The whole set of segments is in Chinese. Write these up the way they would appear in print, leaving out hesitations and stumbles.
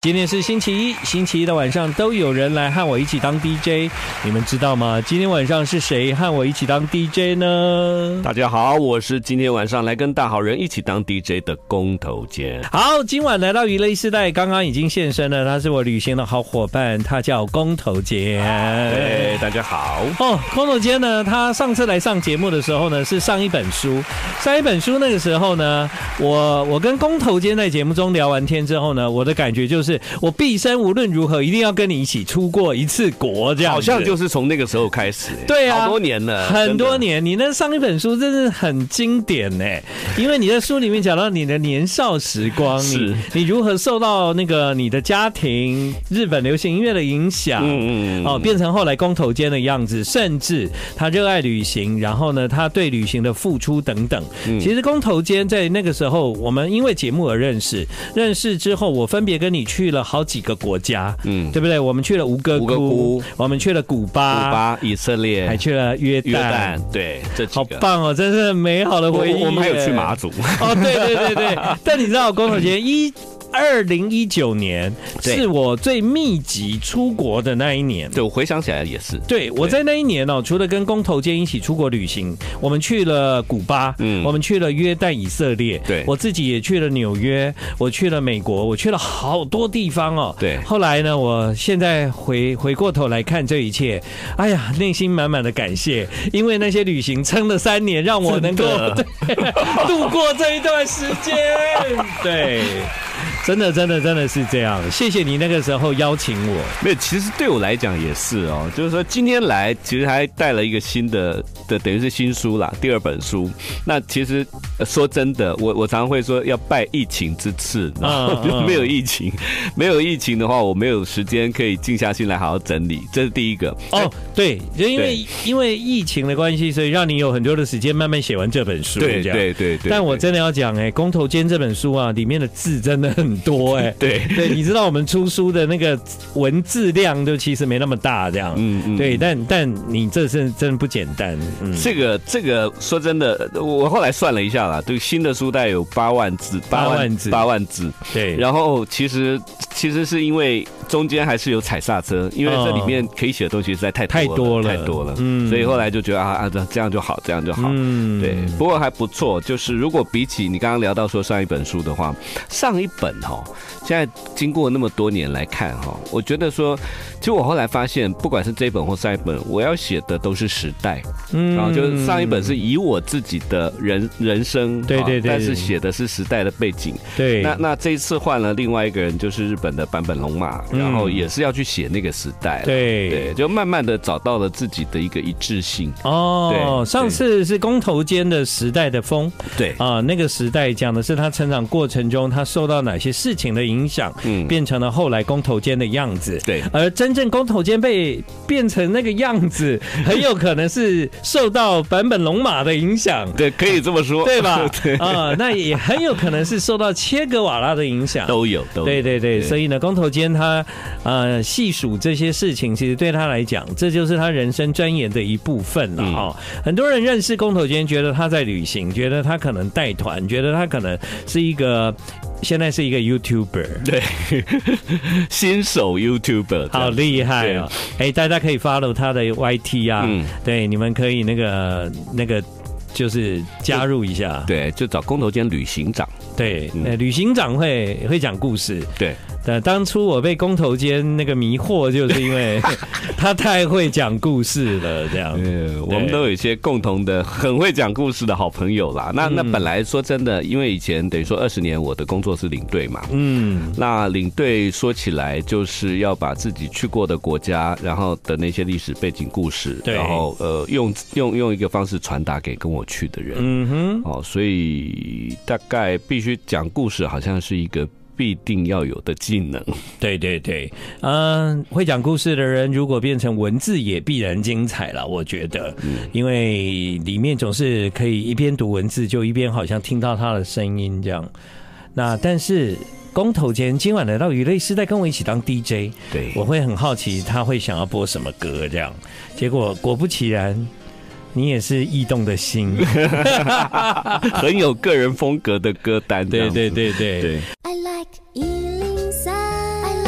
今天是星期一，星期一的晚上都有人来和我一起当 DJ， 你们知道吗？今天晚上是谁和我一起当 DJ 呢？ 大家好，我是今天晚上来跟大好人一起当 DJ 的公头坚。 好，今晚来到娱乐时代，刚刚已经现身了，他是我旅行的好伙伴，他叫公头坚。 对，大家好。 公头坚呢，他上次来上节目的时候呢，是上一本书那个时候呢，我跟公头坚在节目中聊完天之后呢，我的感觉就是我毕生无论如何一定要跟你一起出过一次国，这样子好像就是从那个时候开始。 对啊， 好多年了， 很多年。你那上一本书真是很经典欸，因为你在书里面讲到你的年少时光，你如何受到那个你的家庭日本流行音乐的影响，变成后来公头坚的样子，甚至他热爱旅行，然后呢，他对旅行的付出等等。其实公头坚在那个时候，我们因为节目而认识之后，我分别跟你去了好几个国家，对不对？我们去了吴哥窟，我们去了古巴、 以色列， 还去了约旦， 对，这几个好棒哦，真是美好的回忆。 我们还有去马祖。 对。但你知道，公头坚2019年是我最密集出国的那一年。 对，我回想起来也是。 对，我在那一年哦，除了跟公头坚一起出国旅行，我们去了古巴，我们去了约旦、以色列， 对， 我自己也去了纽约，我去了美国，我去了好多地方哦。 对， 后来呢，我现在回过头来看这一切，哎呀，内心满满的感谢，因为那些旅行撑了3年，让我能够度过这一段时间。对。真的是这样，谢谢你那个时候邀请我。 没有，其实对我来讲也是哦，就是说今天来，其实还带了一个新的等于是新书啦，第2本书。那其实说真的，我常常会说要拜疫情之赐，没有疫情的话，我没有时间可以静下心来好好整理，这是第一个。 对，因为疫情的关系，所以让你有很多的时间慢慢写完这本书。 对。 但我真的要讲，公头坚这本书啊，里面的字真的很多对，你知道我们出书的那个文字量就其实没那么大，这样，对，但你这是真的不简单。 这个说真的，我后来算了一下啦，对，新的书大概有8万字，8万字，对。然后其实是因为中间还是有踩刹车，因为这里面可以写的东西实在太多了，所以后来就觉得这样就好，对。不过还不错，就是如果比起你刚刚聊到说上一本书的话，上一本现在经过那么多年来看我觉得说，其实我后来发现，不管是这一本或上一本，我要写的都是时代。然后就是上一本是以我自己的人生，对，但是写的是时代的背景。对，那这一次换了另外一个人，就是日本的坂本龙马，然后也是要去写那个时代。对，就慢慢的找到了自己的一个一致性。 对，上次是公头坚的时代的风，对那个时代讲的是他成长过程中他受到哪些事情的影响，变成了后来公头坚的样子。对，而真正公头坚被变成那个样子，很有可能是受到坂本龙马的影响。 对，可以这么说， 对吧？那也很有可能是受到切格瓦拉的影响， 都有。 对。所以呢，公头坚他细数这些事情，其实对他来讲，这就是他人生钻研的一部分了很多人认识公头坚，觉得他在旅行，觉得他可能带团，觉得他可能是现在是一个 YouTuber， 对，新手 YouTuber， 好厉害哦！大家可以 follow 他的 YT 啊，对，你们可以那个就是加入一下， 对，就找公头坚旅行长， 对，旅行长会讲故事，对。当初我被公头坚那个迷惑，就是因为他太会讲故事了，这样。 我们都有一些共同的很会讲故事的好朋友啦。那本来说真的，因为以前等于说20年，我的工作是领队嘛，那领队说起来就是要把自己去过的国家，然后的那些历史背景故事，然后用一个方式传达给跟我去的人，所以大概必须讲故事，好像是一个必定要有的技能。 对，会讲故事的人，如果变成文字，也必然精彩了。我觉得，因为里面总是可以一边读文字，就一边好像听到他的声音这样。那但是公头坚今晚来到娱乐时代，跟我一起当 DJ， 对，我会很好奇他会想要播什么歌这样。结果果不其然，你也是异动的心， 很有个人风格的歌单。 对。 I like 103, I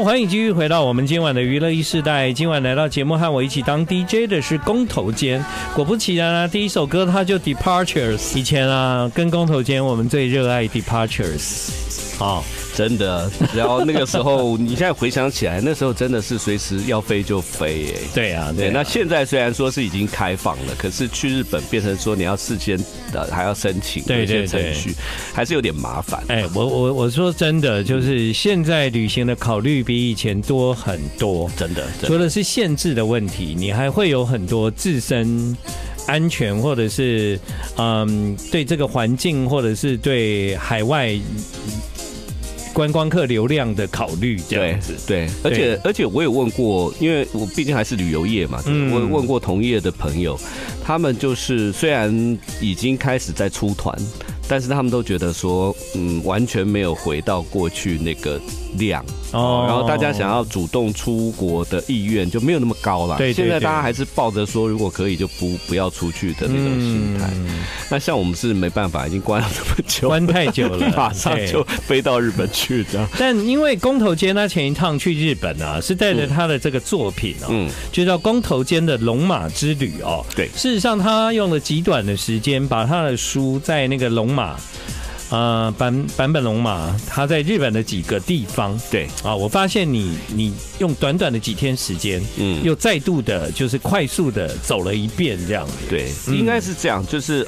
欢迎继续回到我们今晚的娱乐1世代。今晚来到节目和我一起当 DJ 的是公头坚。果不其然啊，第一首歌他就 Departures。以前啊，跟公头坚我们最热爱 Departures。 真的，然后那个时候，你现在回想起来，那时候真的是随时要飞就飞耶。 对啊，对。 那现在虽然说是已经开放了，可是去日本变成说你要事先还要申请一些程序，还是有点麻烦。 我说真的，就是现在旅行的考虑比以前多很多， 真的。 除了是限制的问题，你还会有很多自身安全，或者是对这个环境，或者是对海外观光客流量的考虑，这样子。 对，而且我有问过，因为我毕竟还是旅游业嘛，我有问过同业的朋友，他们就是虽然已经开始在出团，但是他们都觉得说，完全没有回到过去那个量。然后大家想要主动出国的意愿就没有那么高了。现在大家还是抱着说，如果可以就不要出去的那种心态。那像我们是没办法，已经关了这么久， 关太久了， 马上就飞到日本去这样。 但因为公头坚他前一趟去日本啊，是带着他的这个作品就叫公头坚的龙马之旅哦。 对， 事实上他用了极短的时间，把他的书在那个龙马。版本龙马，他在日本的几个地方， 对啊，我发现你用短短的几天时间，又再度的，就是快速的走了一遍这样子。 对，应该是这样，就是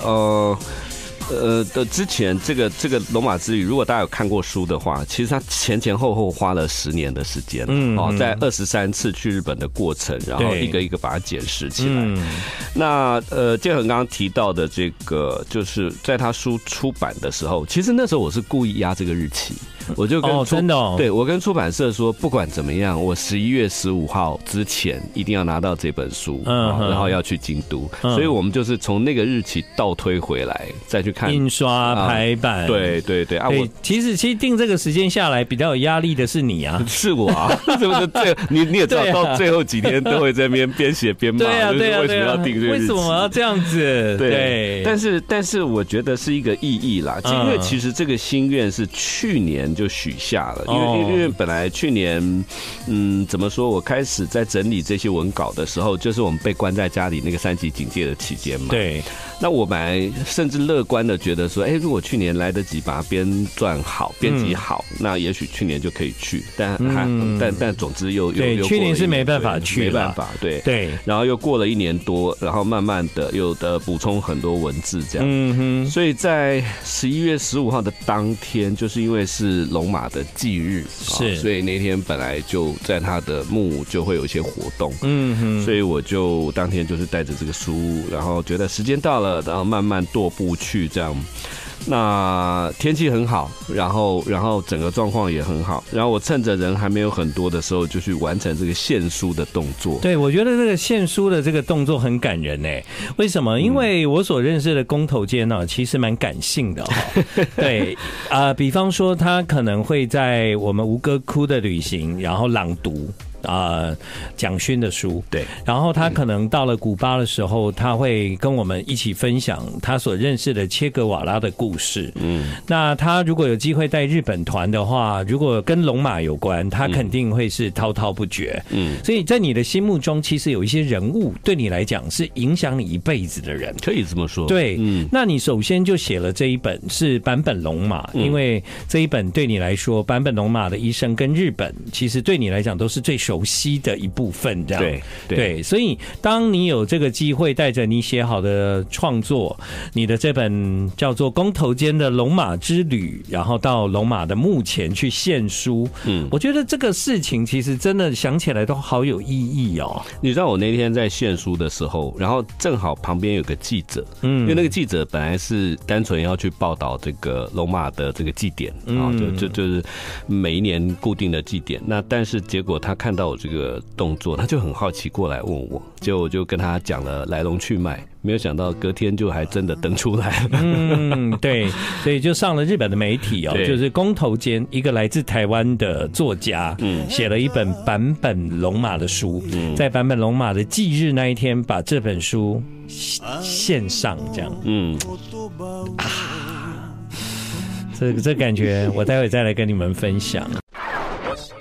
之前这个龙马之旅，如果大家有看过书的话，其实他前后花了10年的时间，在23次去日本的过程，然后一个一个把它检视起来。那建恒刚刚提到的这个，就是在他书出版的时候，其实那时候我是故意压这个日期。我就跟真的对我跟出版社说，不管怎么样，我11月15号之前一定要拿到这本书，然后要去京都，所以我们就是从那个日期倒推回来，再去看印刷排版。 对啊，我其实定这个时间下来比较有压力的是你啊， 是我啊，是不是？你也知道，到最后几天都会在那边边写边骂， 对啊， 为什么要定这个日期？ 为什么要这样子？对， 但是我觉得是一个意义啦，因为其实这个心愿是去年就许下了，因为本来去年，怎么说？我开始在整理这些文稿的时候，就是我们被关在家里那个3级警戒的期间嘛。对。那我本来甚至乐观的觉得说，如果去年来得及把它编撰好、编辑好，那也许去年就可以去。但总之又去年是没办法去， 没办法，对。然后又过了1年多，然后慢慢的又补充很多文字这样。所以在11月15号的当天，就是因为是龙马的忌日，所以那天本来就在他的墓就会有一些活动。所以我就当天就是带着这个书，然后觉得时间到了。然后慢慢踱步去这样，那天气很好，然后整个状况也很好，然后我趁着人还没有很多的时候，就去完成这个献书的动作。 对，我觉得这个献书的这个动作很感人诶。为什么？因为我所认识的公头坚呢，其实蛮感性的对比方说他可能会在我们吴哥窟的旅行，然后朗读。蒋勋的书，对，然后他可能到了古巴的时候，他会跟我们一起分享他所认识的切格瓦拉的故事。那他如果有机会带日本团的话，如果跟龙马有关，他肯定会是滔滔不绝。所以在你的心目中，其实有一些人物对你来讲是影响你一辈子的人， 可以这么说。 对，那你首先就写了这一本是坂本龙马，因为这一本对你来说，坂本龙马的一生跟日本，其实对你来讲都是最熟悉的一部分，这样对，所以当你有这个机会带着你写好的创作，你的这本叫做公头坚的龙马之旅，然后到龙马的墓前去献书，我觉得这个事情其实真的想起来都好有意义哦。 你知道我那天在献书的时候，然后正好旁边有个记者，因为那个记者本来是单纯要去报道这个龙马的这个祭典啊，就是每一年固定的祭典。那但是结果他看到我这个动作，他就很好奇过来问我，结果我就跟他讲了来龙去脉，没有想到隔天就还真的登出来了。 对，所以就上了日本的媒体哦，就是公头坚一个来自台湾的作家，写了一本坂本龙马的书，在坂本龙马的忌日那一天把这本书献上，这样，这感觉我待会再来跟你们分享。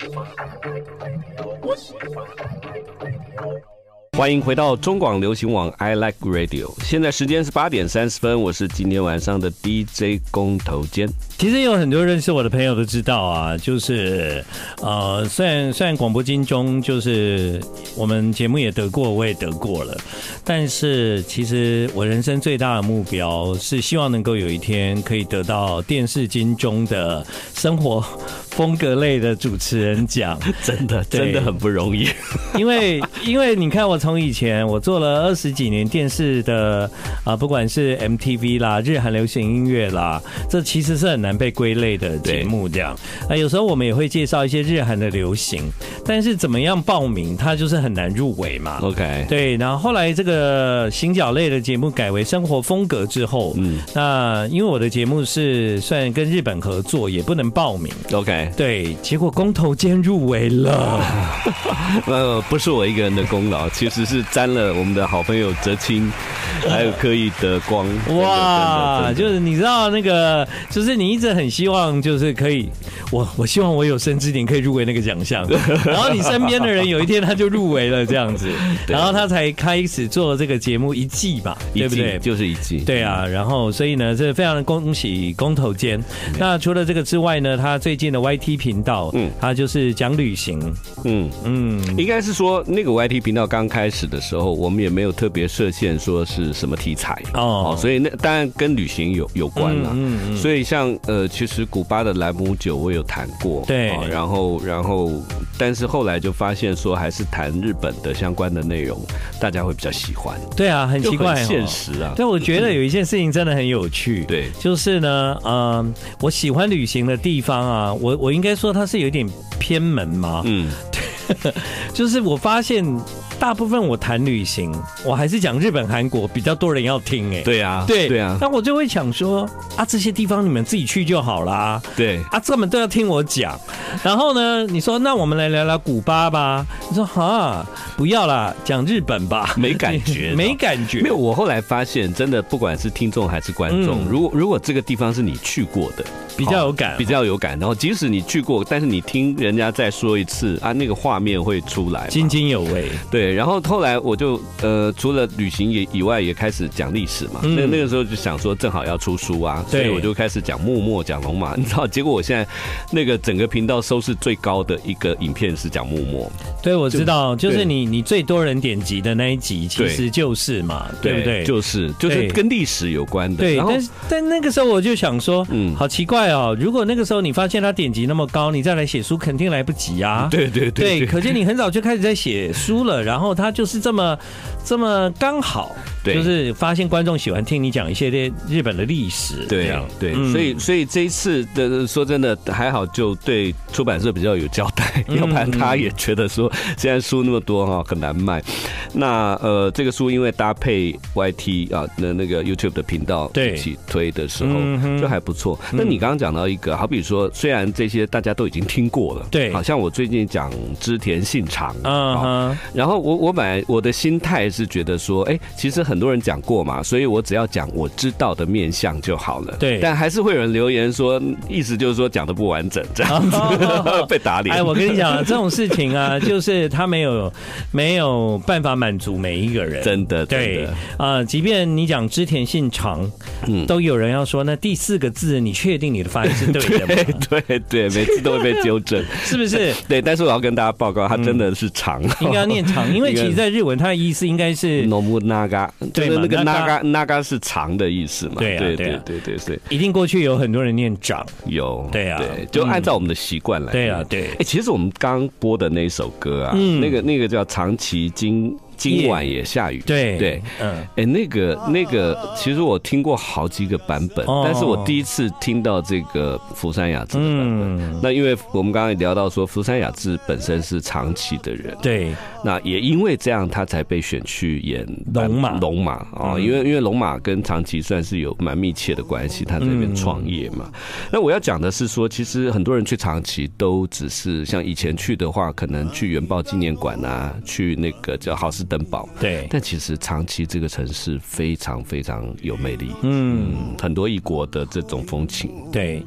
欢迎回到中广流行网 I Like Radio， 现在时间是8点30分，我是今天晚上的 DJ 公头坚。 其实有很多认识我的朋友都知道啊，就是虽然广播金钟就是我们节目也得过，我也得过了，但是其实我人生最大的目标是希望能够有一天可以得到电视金钟的生活风格类的主持人奖， 真的很不容易。 因为你看，我从以前我做了20几年电视的不管是 MTV 啦、日韩流行音乐啦，这其实是很难被归类的节目。这样，有时候我们也会介绍一些日韩的流行，但是怎么样报名，它就是很难入围嘛。 OK， 对，然后后来这个行脚类的节目改为生活风格之后，那因为我的节目是算跟日本合作，也不能报名。 OK。 对，结果公投监入围了。 不是我一个人的功劳，其实是沾了我们的好朋友哲青，还有刻意的光。 哇，就是你知道那个，就是你一直很希望，就是可以，我希望我有生之年可以入围那个奖项，然后你身边的人有一天他就入围了这样子，然后他才开始做这个节目1季吧，对不对？ 就是1季。 对啊，然后所以呢，这非常的恭喜公投监。那除了这个之外呢，他最近的 YT 频道，他就是讲旅行， 应该是说那个 YT 频道刚开始的时候，我们也没有特别设限说是什么题材所以那当然跟旅行有关啦。所以像其实古巴的莱姆酒我有谈过， 对， 然后但是后来就发现说还是谈日本的相关的内容，大家会比较喜欢。 对啊，很奇怪， 很现实啊。 但我觉得有一件事情真的很有趣， 对， 就是呢，我喜欢旅行的地方啊，我应该说它是有点偏门嘛，就是我发现大部分我谈旅行，我还是讲日本、韩国比较多人要听对啊，对啊。 那我就会想说这些地方你们自己去就好啦。 对这么都要听我讲。然后呢，你说那我们来聊聊古巴吧。你说不要啦，讲日本吧， 没感觉， 没感觉。 没有，我后来发现，真的不管是听众还是观众，如果这个地方是你去过的， 比较有感。 然后即使你去过，但是你听人家再说一次那个画面会出来， 津津有味。 对，然后后来我就除了旅行以外，也开始讲历史嘛。那个时候就想说，正好要出书啊，所以我就开始讲幕末，讲龙马。你知道，结果我现在那个整个频道收视最高的一个影片是讲幕末。 对，我知道，就是你最多人点击的那一集，其实就是嘛，对不对？ 就是跟历史有关的。 对，但那个时候我就想说，好奇怪哦，如果那个时候你发现他点击那么高，你再来写书肯定来不及啊。对，可见你很早就开始在写书了，然后他就是这么刚好，就是发现观众喜欢听你讲一些日本的历史。 对，所以这一次的说真的还好，就对出版社比较有交代，要不然他也觉得说现在书那么多很难卖。那这个书因为搭配 YT 那个 YouTube 的频道一起推的时候，就还不错。那你刚刚讲到一个，好比说，虽然这些大家都已经听过了，对，好像我最近讲织田信长，然后我本来我的心态是觉得说，其实很多人讲过嘛，所以我只要讲我知道的面向就好了。对，但还是会有人留言说，意思就是说讲的不完整，这样子被打脸。 我跟你讲，这种事情啊，就是他没有办法满足每一个人， 真的。 对即便你讲织田信长，都有人要说，那第4个字你确定你的发音是对的吗？ 对，每次都会被纠正， 是不是？ 对，但是我要跟大家报告，它真的是长， 应该要念长，因为其实在日文它的意思应该是 nobunaga， 就是那个 naga 是长的意思嘛。对，所以一定过去有很多人念长， 有， 对啊， 就按照我们的习惯来。 对啊， 其实我们刚播的那首歌啊，那个叫长崎今晚也下雨。对，那个，其实我听过好几个版本，但是我第一次听到这个福山雅治的版本。那因为我们刚刚也聊到说，福山雅治本身是长崎的人，对，那也因为这样，他才被选去演龙马因为龙马跟长崎算是有蛮密切的关系，他在那边创业嘛。那我要讲的是说，其实很多人去长崎都只是像以前去的话，可能去原爆纪念馆啊，去那个叫好事登堡，对。但其实长崎这个城市非常非常有魅力，很多异国的这种风情，对。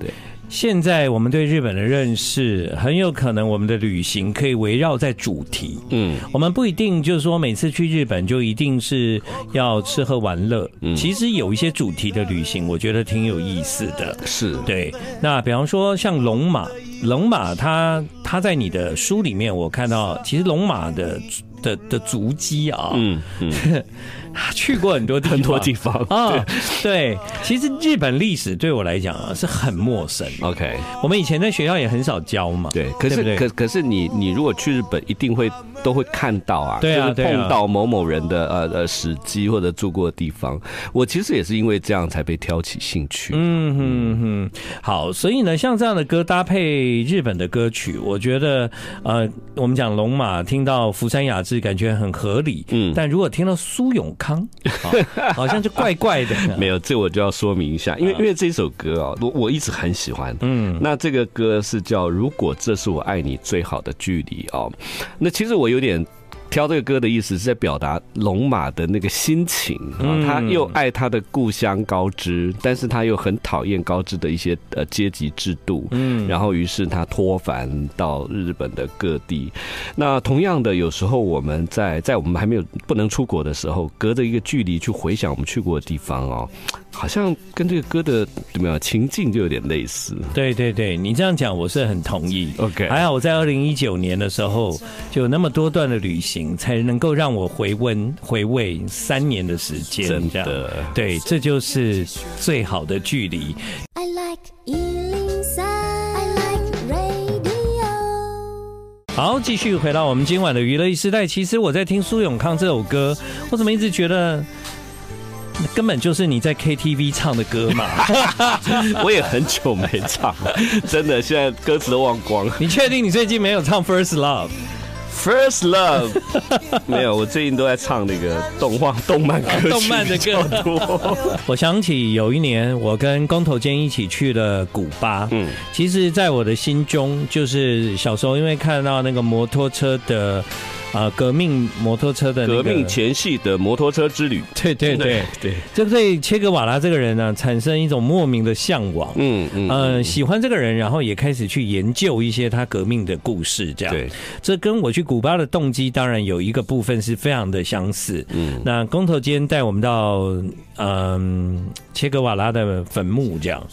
现在我们对日本的认识，很有可能我们的旅行可以围绕在主题。我们不一定就是说每次去日本就一定是要吃喝玩乐。其实有一些主题的旅行，我觉得挺有意思的。 是， 对。那比方说像龙马它在你的书里面，我看到其实龙马的足迹啊，去过很多地方啊。对，其实日本历史对我来讲啊是很陌生。 OK， 我们以前在学校也很少教嘛。 对，可是你如果去日本，一定都会看到啊， 对啊， 就是碰到某某人的史迹或者住过的地方。我其实也是因为这样才被挑起兴趣。 好，所以呢，像这样的歌搭配日本的歌曲，我觉得我们讲龙马，听到福山雅治感觉很合理。但如果听到苏永康，好像就怪怪的。 没有，这我就要说明一下，因为这首歌啊，我一直很喜欢。那这个歌是叫《如果这是我爱你最好的距离》哦。那其实我有点挑这个歌的意思是在表达龙马的那个心情他又爱他的故乡高知，但是他又很讨厌高知的一些阶级制度。然后于是他脱凡到日本的各地。那同样的，有时候我们在我们还不能出国的时候，隔着一个距离去回想我们去过的地方哦，好像跟这个歌的怎么样情境就有点类似。 对对对，你这样讲我是很同意。 OK， 还好我在2019年的时候就有那么多段的旅行，才能够让我回味3年的时间。 真的， 对，这就是最好的距离。I like 103, I like radio。好，继续回到我们今晚的娱乐一时代。其实我在听苏永康这首歌，我怎么一直觉得根本就是你在 KTV 唱的歌嘛。 我也很久没唱了，真的，现在歌词都忘光了。 你确定你最近没有唱 First Love？First Love 没有，我最近都在唱那个动漫歌曲， 动漫的歌多。我想起有一年我跟工头坚一起去了古巴。其实在我的心中，就是小时候因为看到那个摩托车的革命摩托车的革命前夕的摩托车之旅。 对对对对，就对切格瓦拉这个人呢产生一种莫名的向往。喜欢这个人，然后也开始去研究一些他革命的故事。这样，对，这跟我去古巴的动机当然有一个部分是非常的相似。那工头今天带我们到切格瓦拉的坟墓，这样。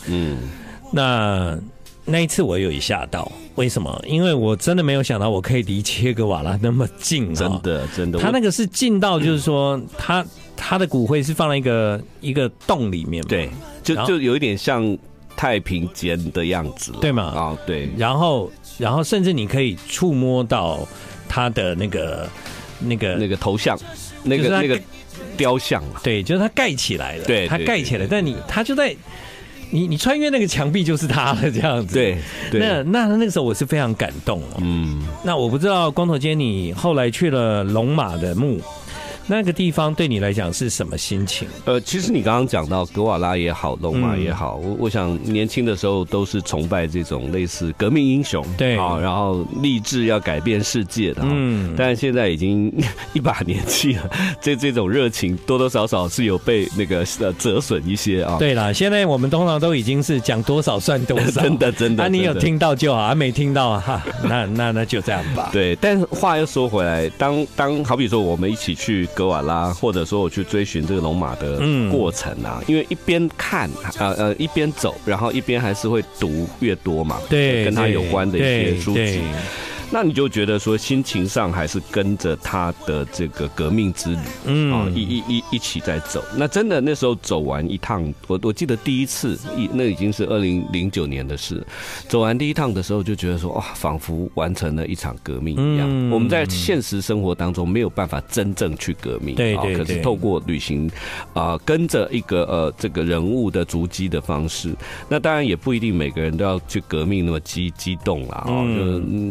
那一次我有吓到，为什么？因为我真的没有想到我可以离切格瓦拉那么近。 真的， 他那个是近到就是说他的骨灰是放在一个洞里面嘛。 对，就有一点像太平间的样子了， 对吗？ 对。 然后甚至你可以触摸到他的那个头像，那个雕像。 对，就是他盖起来了。 对， 他盖起来，但他就在。你穿越那个墙壁就是他了，这样子。 对， 那个时候我是非常感动。那我不知道光头坚你后来去了龙马的墓，那个地方对你来讲是什么心情？ 其实你刚刚讲到格瓦拉也好，龙马也好，我想年轻的时候都是崇拜这种类似革命英雄， 对， 然后立志要改变世界的。但是现在已经一把年纪了，这种热情多多少少是有被那个折损一些啊。 对啦，现在我们通常都已经是讲多少算多少， 真的。 你有听到就好，没听到哈，那就这样吧。 对，但是话又说回来，当好比说我们一起去格瓦拉，或者说我去追寻这个龙马的过程啊，因为一边看一边走，然后一边还是会读越多嘛， 对， 跟他有关的一些书籍。那你就觉得说心情上还是跟着他的这个革命之旅，一起在走。那真的那时候走完一趟，我记得第一次，那已经是2009年的事。走完第一趟的时候，就觉得说，哇，仿佛完成了一场革命一样。我们在现实生活当中没有办法真正去革命， 对， 可是透过旅行，跟着一个这个人物的足迹的方式，那当然也不一定每个人都要去革命那么激动啦。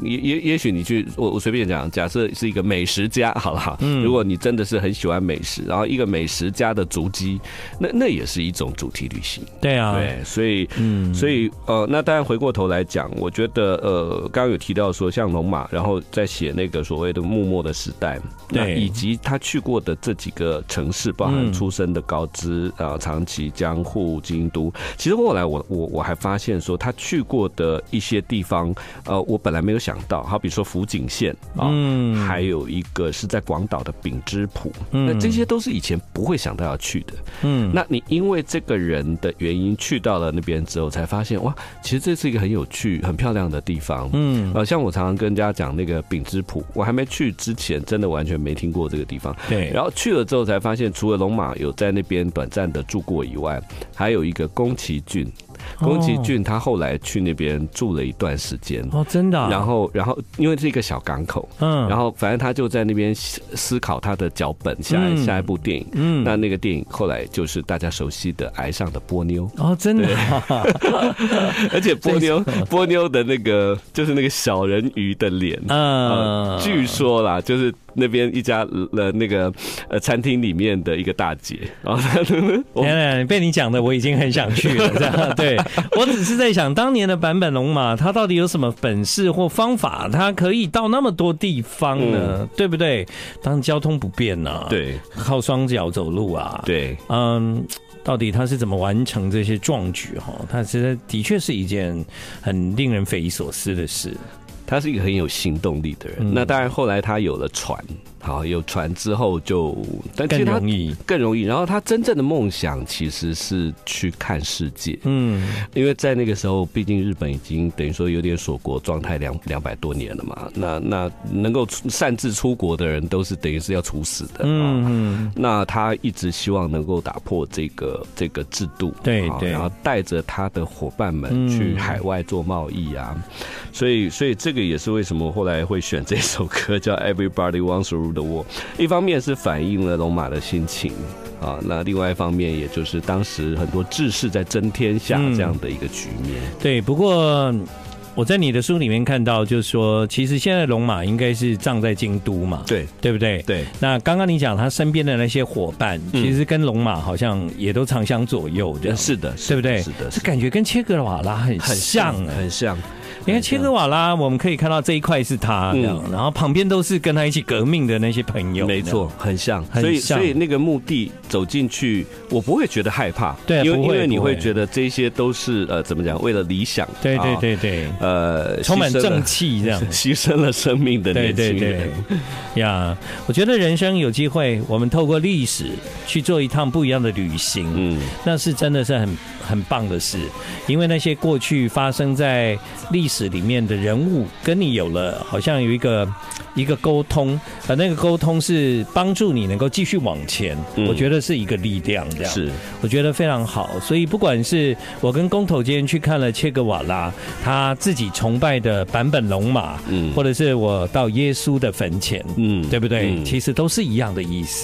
也许你去我随便讲，假设是一个美食家好了，如果你真的是很喜欢美食，然后一个美食家的足迹，那也是一种主题旅行。 对啊， 对，所以那当然回过头来讲，我觉得刚刚有提到说像龙马，然后再写那个所谓的幕末的时代，那以及他去过的这几个城市，包含出生的高知长崎、江户、京都。其实后来我还发现说，他去过的一些地方，我本来没有想到，好比说福井县还有一个是在广岛的丙之浦，那这些都是以前不会想到要去的。那你因为这个人的原因去到了那边之后，才发现哇，其实这是一个很有趣、很漂亮的地方。像我常常跟人家讲那个丙之浦，我还没去之前，真的完全没听过这个地方。 对， 然后去了之后才发现，除了龙马有在那边短暂的住过以外，还有一个宫崎骏。宫崎骏他后来去那边住了一段时间真的。 然后因为是一个小港口，然后反正他就在那边思考他的脚本，下一部电影。那个电影后来就是大家熟悉的《崖上的波妞》 真的。 而且波妞的那个就是那个小人鱼的脸，据说啦，就是那边一家那个餐厅里面的一个大姐。 被你讲的我已经很想去了，这样。对，我只是在想，当年的坂本龙马他到底有什么本事或方法，他可以到那么多地方呢？对不对？当交通不便啊， 对， 靠双脚走路啊， 对， 到底他是怎么完成这些壮举？他的确是一件很令人匪夷所思的事。 他是一个很有行动力的人。那当然，后来他有了船。好，有船之后但其实他更容易。然后他真正的梦想其实是去看世界。因为在那个时候，毕竟日本已经等于说有点锁国状态200多年了嘛。那能够擅自出国的人都是等于是要处死的。那他一直希望能够打破这个制度。 对， 然后带着他的伙伴们去海外做贸易啊。所以这个也是为什么后来会选这首歌叫 Everybody Wants to Rule the World。一方面是反映了龙马的心情那另外一方面也就是当时很多志士在争天下这样的一个局面。 对，不过我在你的书里面看到，就是说，其实现在龙马应该是葬在京都嘛，对不对？ 对。 那刚刚你讲他身边的那些伙伴，其实跟龙马好像也都常相左右，这样是的， 对不对？ 是的， 这感觉跟切格瓦拉很像， 很像。 你看切格瓦拉，我们可以看到这一块是他，然后旁边都是跟他一起革命的那些朋友， 没错，很像。所以那个墓地走进去，我不会觉得害怕， 对， 因为你会觉得这些都是怎么讲，为了理想， 对，充满正气这样， 牺牲了生命的年轻人呀。我觉得人生有机会，我们透过历史去做一趟不一样的旅行，那是真的是很棒的事，因为那些过去发生在历史里面的人物跟你有了好像有一个沟通，那个沟通是帮助你能够继续往前，我觉得是一个力量，这样是我觉得非常好。所以不管是我跟公头间去看了切格瓦拉他自己崇拜的坂本龙马，或者是我到耶稣的坟前，对不对？其实都是一样的意思。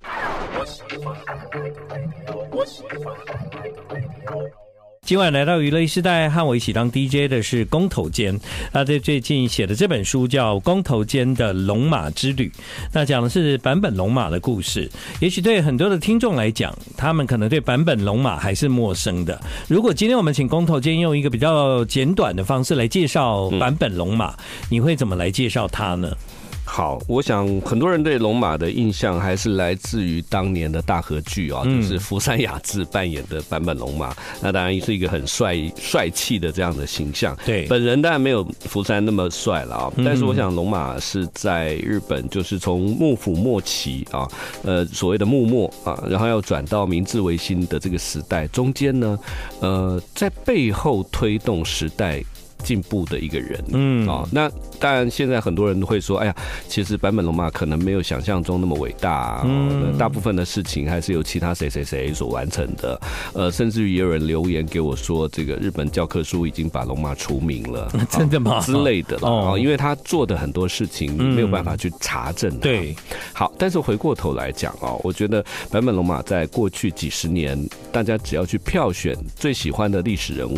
今晚来到娱乐时代，和我一起当 DJ 的是公头间。他在最近写的这本书叫《公头间的龙马之旅》，那讲的是坂本龙马的故事。也许对很多的听众来讲，他们可能对坂本龙马还是陌生的。如果今天我们请公头间用一个比较简短的方式来介绍坂本龙马，你会怎么来介绍他呢？ 好，我想很多人对龙马的印象还是来自于当年的大河剧就是福山雅治扮演的坂本龙马。那当然是一个很帅气的这样的形象。 对， 本人当然没有福山那么帅了但是我想龙马是在日本，就是从幕府末期所谓的幕末然后要转到明治维新的这个时代中间呢，在背后推动时代进步的一个人。那当然现在很多人都会说，哎呀，其实坂本龙马可能没有想象中那么伟大大部分的事情还是由其他谁所完成的。甚至于也有人留言给我说，这个日本教科书已经把龙马除名了真的吗？ 之类的因为他做的很多事情你没有办法去查证他。 对， 好，但是回过头来讲我觉得坂本龙马在过去几十年，大家只要去票选最喜欢的历史人物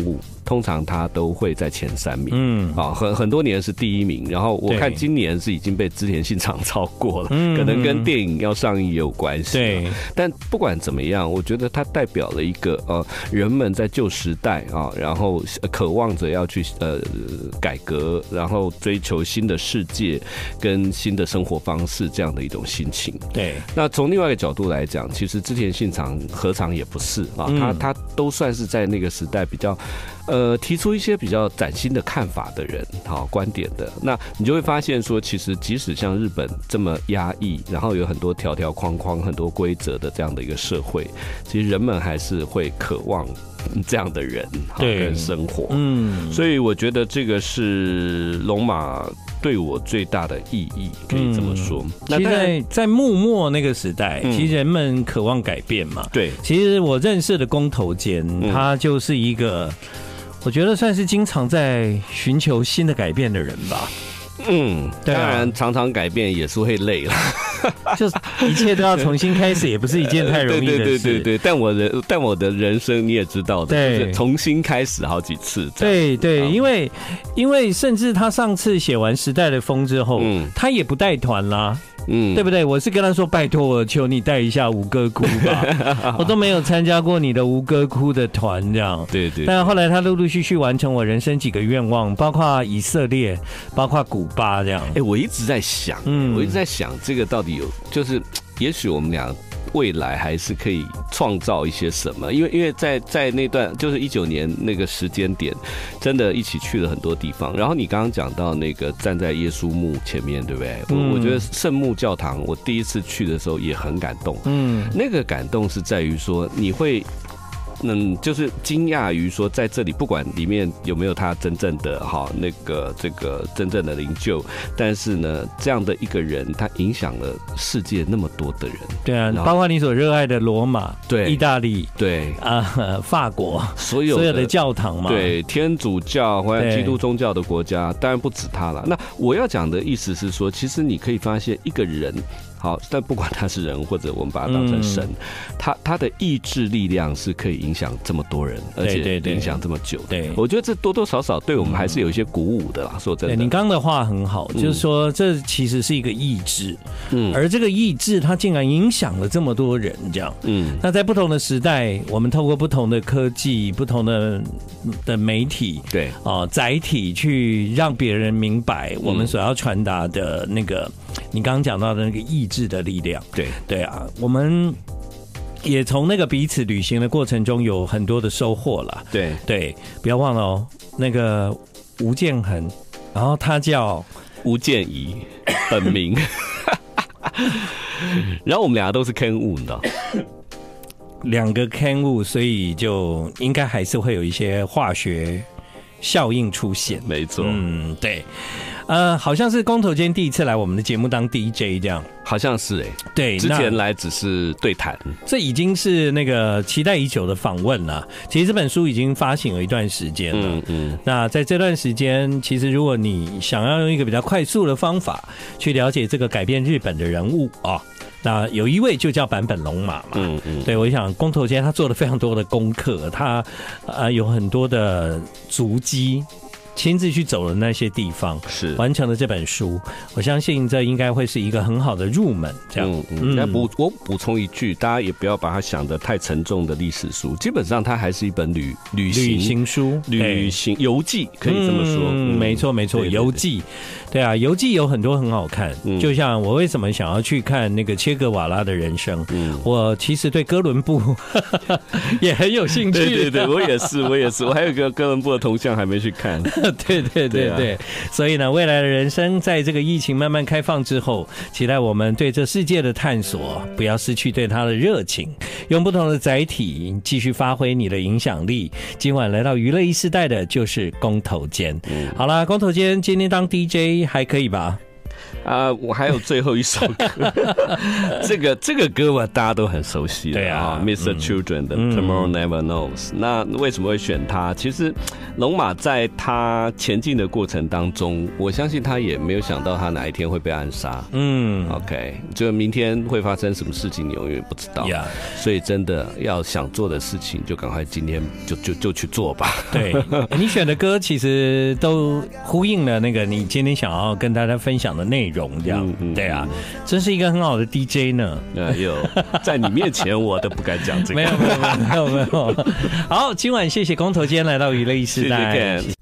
通常他都会在前3名，很多年是第1名，然后我看今年是已经被织田信长超过了，可能跟电影要上映也有关系。对，但不管怎么样，我觉得它代表了一个人们在旧时代然后渴望着要去改革，然后追求新的世界跟新的生活方式这样的一种心情。对，那从另外一个角度来讲，其实织田信长何尝也不是他都算是在那个时代比较提出一些比较崭新的看法的人，观点的。那你就会发现说，其实即使像日本这么压抑，然后有很多条条框框、很多规则的这样的一个社会，其实人们还是会渴望这样的人跟生活。所以我觉得这个是龙马对我最大的意义，可以这么说。 其实在幕末那个时代，其实人们渴望改变嘛。对，其实我认识的工头坚，他就是一个，我觉得算是经常在寻求新的改变的人吧。 当然常常改变也是会累了， 就一切都要重新开始，也不是一件太容易的事。 对，但我的人生你也知道的，对，重新开始好几次。 对，因为甚至他上次写完《时代的风》之后，他也不带团啦。对不对？我是跟他说，拜托我求你带一下吴哥窟吧，我都没有参加过你的吴哥窟的团这样。对。但后来他陆陆续续完成我人生几个愿望，包括以色列，包括古巴这样。 我一直在想，这个到底有，就是也许我们俩未来还是可以创造一些什么，因为在那段就是19年那个时间点，真的一起去了很多地方。然后你刚刚讲到那个站在耶稣墓前面，对不对？我觉得圣墓教堂，我第一次去的时候也很感动。那个感动是在于说你会。就是惊讶于说，在这里不管里面有没有他真正的这个真正的灵柩，但是呢，这样的一个人，他影响了世界那么多的人。对啊，包括你所热爱的罗马、对意大利、对法国，所有的教堂嘛， 对天主教或者基督宗教的国家，当然不止他了。那我要讲的意思是说，其实你可以发现一个人。好，但不管他是人或者我们把他当成神，他的意志力量是可以影响这么多人，而且影响这么久。对，我觉得这多多少少对我们还是有一些鼓舞的啦。说真的， 你刚刚的话很好，就是说这其实是一个意志，而这个意志它竟然影响了这么多人，这样。那在不同的时代，我们透过不同的科技、不同的媒体，对载体去让别人明白我们所要传达的那个，你刚刚讲到的那个意志的力量。对啊，我们也从那个彼此旅行的过程中有很多的收获了。对，不要忘了那个吴建衡，然后他叫吴建仪，本名。然后我们俩都是 Ken Wu 的 ，2个 Ken Wu， 所以就应该还是会有一些化学效应出现。 没错， 对。好像是工头坚第一次来我们的节目当 DJ 这样， 好像是对， 之前来只是对谈， 这已经是那个期待已久的访问了。其实这本书已经发行了一段时间了，那在这段时间，其实如果你想要用一个比较快速的方法去了解这个改变日本的人物那有一位就叫坂本龙马嘛，对，我想工头坚他做了非常多的功课，他有很多的足迹。亲自去走了那些地方，是完成了这本书。我相信这应该会是一个很好的入门。这样， 我补充一句，大家也不要把它想得太沉重的历史书，基本上它还是一本旅行书、 旅行游记，可以这么说。 没错，游记。对啊，游记有很多很好看。就像我为什么想要去看那个切格瓦拉的人生，我其实对哥伦布也很有兴趣。 对，我也是，我还有一个哥伦布的铜像还没去看。 对，所以呢，未来的人生在这个疫情慢慢开放之后，期待我们对这世界的探索，不要失去对它的热情，用不同的载体继续发挥你的影响力。今晚来到娱乐一世代的就是工头坚。好啦，工头坚今天当 DJ 还可以吧？ 我还有最后一首歌，这个歌吧，大家都很熟悉的，对啊，Mr. Children 的 Tomorrow Never Knows。那为什么会选它？其实龙马在他前进的过程当中，我相信他也没有想到他哪一天会被暗杀。OK， 就明天会发生什么事情，你永远不知道。所以真的要想做的事情，就赶快今天就去做吧。 对，你选的歌其实都呼应了那个你今天想要跟大家分享的内容，这样。对啊，真是一个很好的 DJ 呢。 有在你面前我都不敢讲这个。 没有。好，今晚谢谢光头今天来到娱乐一时代。